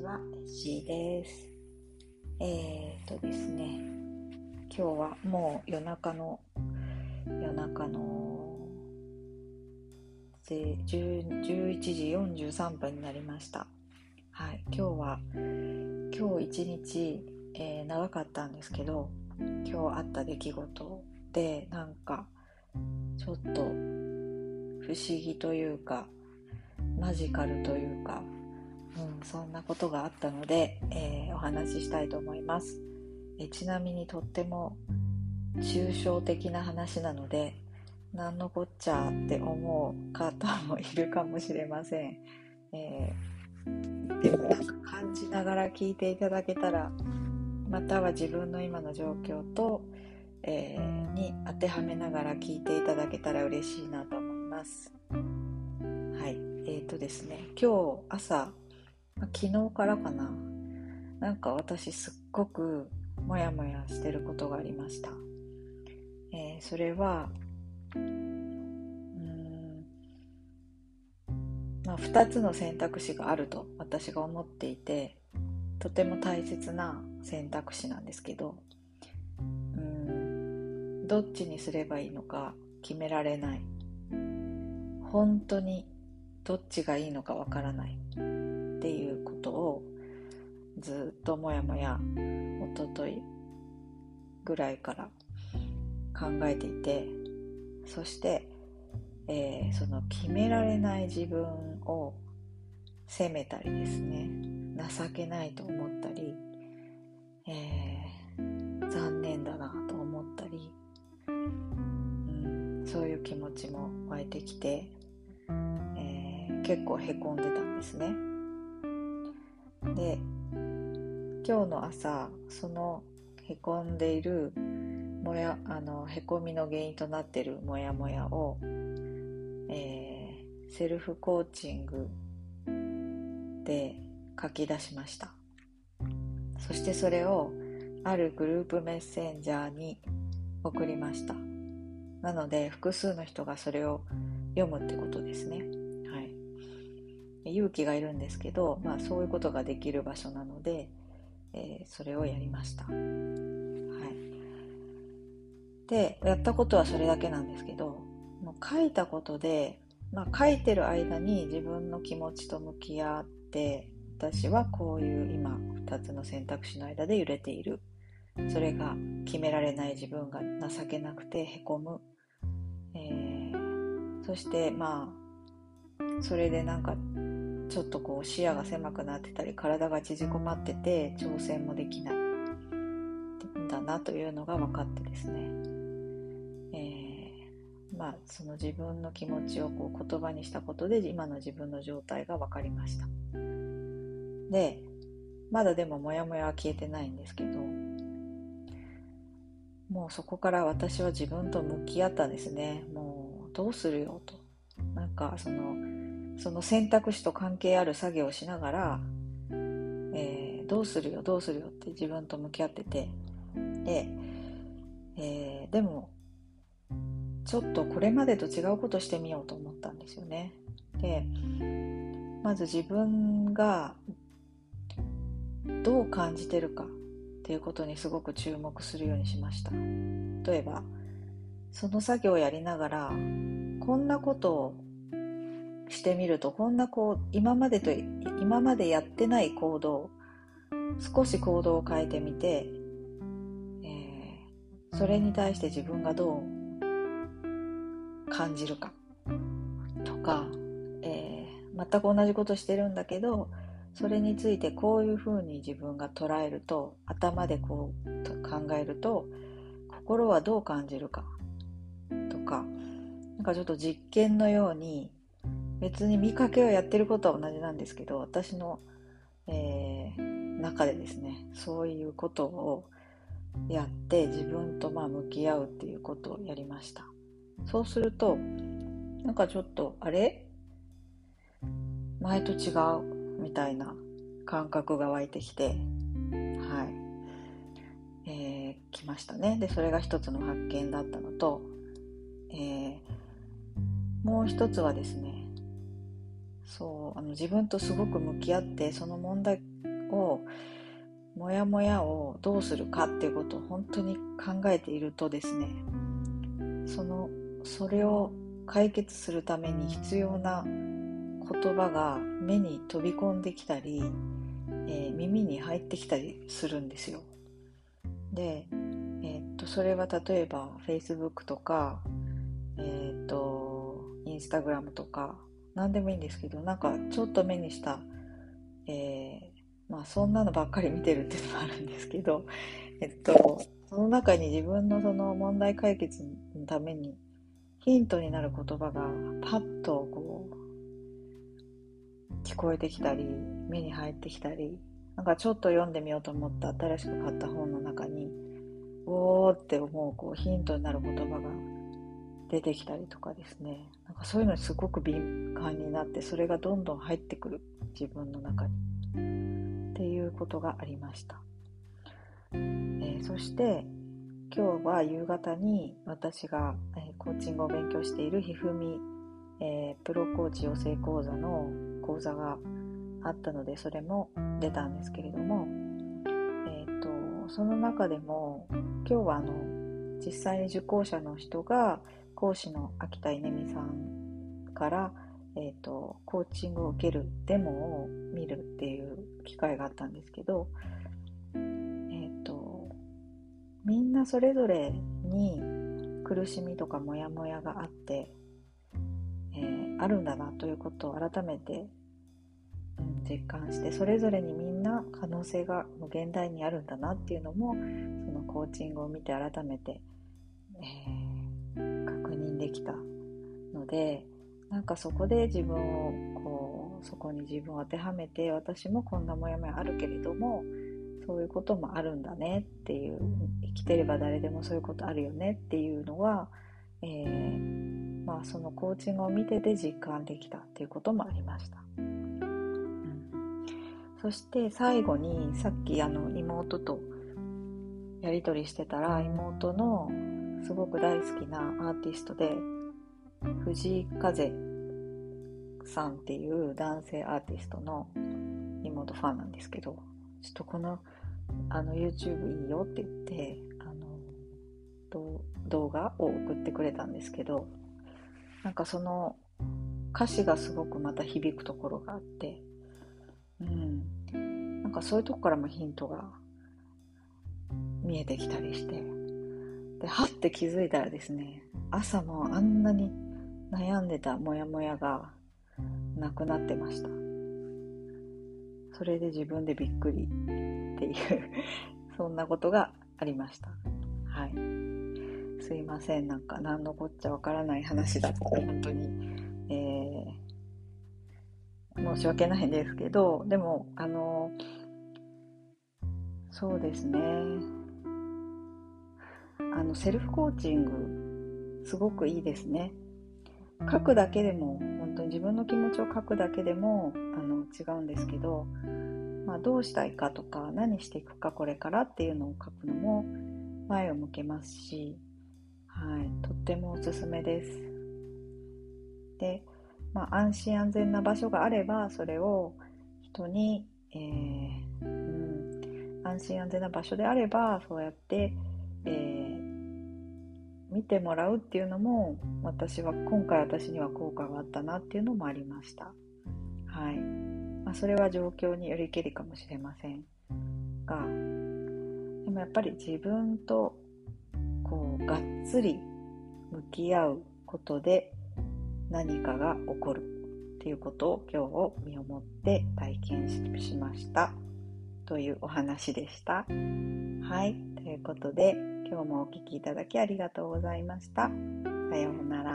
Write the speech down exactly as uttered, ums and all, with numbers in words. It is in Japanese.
は、しーです。えーとですね、今日はもう夜中の夜中のじゅういちじよんじゅうさんぷんになりました。はい、今日は今日一日、えー長かったんですけど、今日あった出来事でなんかちょっと不思議というかマジカルというか、うん、そんなことがあったので、えーお話ししたいと思います。えちなみにとっても抽象的な話なので、何のこっちゃって思う方もいるかもしれません。えーでもなんか感じながら聞いていただけたら、または自分の今の状況と、えーに当てはめながら聞いていただけたら嬉しいなと思います。はい、えーとですね、今日朝、昨日からかな、なんか私すっごくモヤモヤしてることがありました。えーそれはうーん、まあ、ふたつの選択肢があると私が思っていて、とても大切な選択肢なんですけど、うーんどっちにすればいいのか決められない、本当にどっちがいいのかわからないっていうことをずっともやもや一昨日ぐらいから考えていて、そして、えーその決められない自分を責めたりですね、情けないと思ったり、えー残念だなと思ったり、うん、そういう気持ちも湧いてきて、えー結構へこんでたんですね。で、今日の朝、そのへこんでいるもやあのへこみの原因となっているモヤモヤを、えーセルフコーチングで書き出しました。そしてそれをあるグループメッセンジャーに送りました。なので複数の人がそれを読むってことですね。はい、勇気がいるんですけど、まあ、そういうことができる場所なので、えーそれをやりました。はい、でやったことはそれだけなんですけど、もう書いたことで、まあ、書いてる間に自分の気持ちと向き合って、私はこういう今ふたつの選択肢の間で揺れている、それが決められない自分が情けなくてへこむ、えーそしてまあそれでなんかちょっとこう視野が狭くなってたり、体が縮こまってて挑戦もできないんだなというのが分かってですね、えーまあその自分の気持ちをこう言葉にしたことで今の自分の状態が分かりました。で、まだでもモヤモヤは消えてないんですけど、もうそこから私は自分と向き合ったんですね。もうどうするよと、なんかそのその選択肢と関係ある作業をしながら、えーどうするよどうするよって自分と向き合ってて、で、えーでもちょっとこれまでと違うことしてみようと思ったんですよね。で、まず自分がどう感じてるかっていうことにすごく注目するようにしました。例えばその作業をやりながら、こんなことをしてみると、こんなこう今までと今までやってない行動、少し行動を変えてみて、えーそれに対して自分がどう感じるかとか、えー全く同じことしてるんだけど、それについてこういうふうに自分が捉えると、頭でこう考えると心はどう感じるかとか、なんかちょっと実験のように、別に見かけはやってることは同じなんですけど、私の、えー中でですね、そういうことをやって自分とまあ向き合うっていうことをやりました。そうするとなんかちょっとあれ前と違うみたいな感覚が湧いてきて、はい、えー、来ましたね。でそれが一つの発見だったのと、えー、もう一つはですね、そうあの自分とすごく向き合って、その問題をもやもやをどうするかっていうことを本当に考えているとですね、そのそれを解決するために必要な言葉が目に飛び込んできたり、えー、耳に入ってきたりするんですよ。で、えー、っとそれは例えば Facebook とか、えー、っと Instagram とか何でもいいんですけど、なんかちょっと目にした、えーまあそんなのばっかり見てるっていうのもあるんですけど、えっとその中に自分のその問題解決のためにヒントになる言葉がパッとこう聞こえてきたり、目に入ってきたり、なんかちょっと読んでみようと思った新しく買った本の中におーって思う、こうヒントになる言葉が出てきたりとかですね、なんかそういうのにすごく敏感になって、それがどんどん入ってくる、自分の中にっていうことがありました。えー、そして今日は夕方に私が、えー、コーチングを勉強しているひふみ、えー、プロコーチ養成講座の講座があったので、それも出たんですけれども、えー、とその中でも今日はあの実際に受講者の人が講師の秋田稲美さんから、えー、とコーチングを受けるデモを見るっていう機会があったんですけど、えー、とみんなそれぞれに苦しみとかモヤモヤがあって、えー、あるんだなということを改めて、うん、実感して、それぞれにみんな可能性が現代にあるんだなっていうのも、そのコーチングを見て改めて、えー、確認できたので、なんかそこで自分をこうそこに自分を当てはめて、私もこんなモヤモヤあるけれどもそういうこともあるんだねっていう、生きてれば誰でもそういうことあるよねっていうのは、えーまあ、そのコーチングを見てて実感できたっていうこともありました。うん、そして最後にさっきあの妹とやり取りしてたら、妹のすごく大好きなアーティストで藤井風さんっていう男性アーティストの妹ファンなんですけど、ちょっとこのあの YouTube いいよって言ってあの動画を送ってくれたんですけど、なんかその歌詞がすごくまた響くところがあって、うん、なんかそういうとこからもヒントが見えてきたりして、ではって気づいたらですね、朝もあんなに悩んでたモヤモヤがなくなってました。それで自分でびっくりっていうそんなことがありました。はい。すいません、なんか何のこっちゃわからない話だって本当に、えー、申し訳ないんですけど、でもあのそうですね、あのセルフコーチングすごくいいですね。書くだけでも、本当に自分の気持ちを書くだけでもあの違うんですけど、まあ、どうしたいかとか何していくかこれからっていうのを書くのも前を向けますし、はい、とってもおすすめです。で、まあ、安心安全な場所があればそれを人に、えーうん、安心安全な場所であればそうやって、えー見てもらうっていうのも、私は今回私には効果があったなっていうのもありました。はい。まあ、それは状況によりけりかもしれませんが、でもやっぱり自分とこうがっつり向き合うことで何かが起こるっていうことを今日を身をもって体験しましたというお話でした。はい。ということで今日もお聞きいただきありがとうございました。さようなら。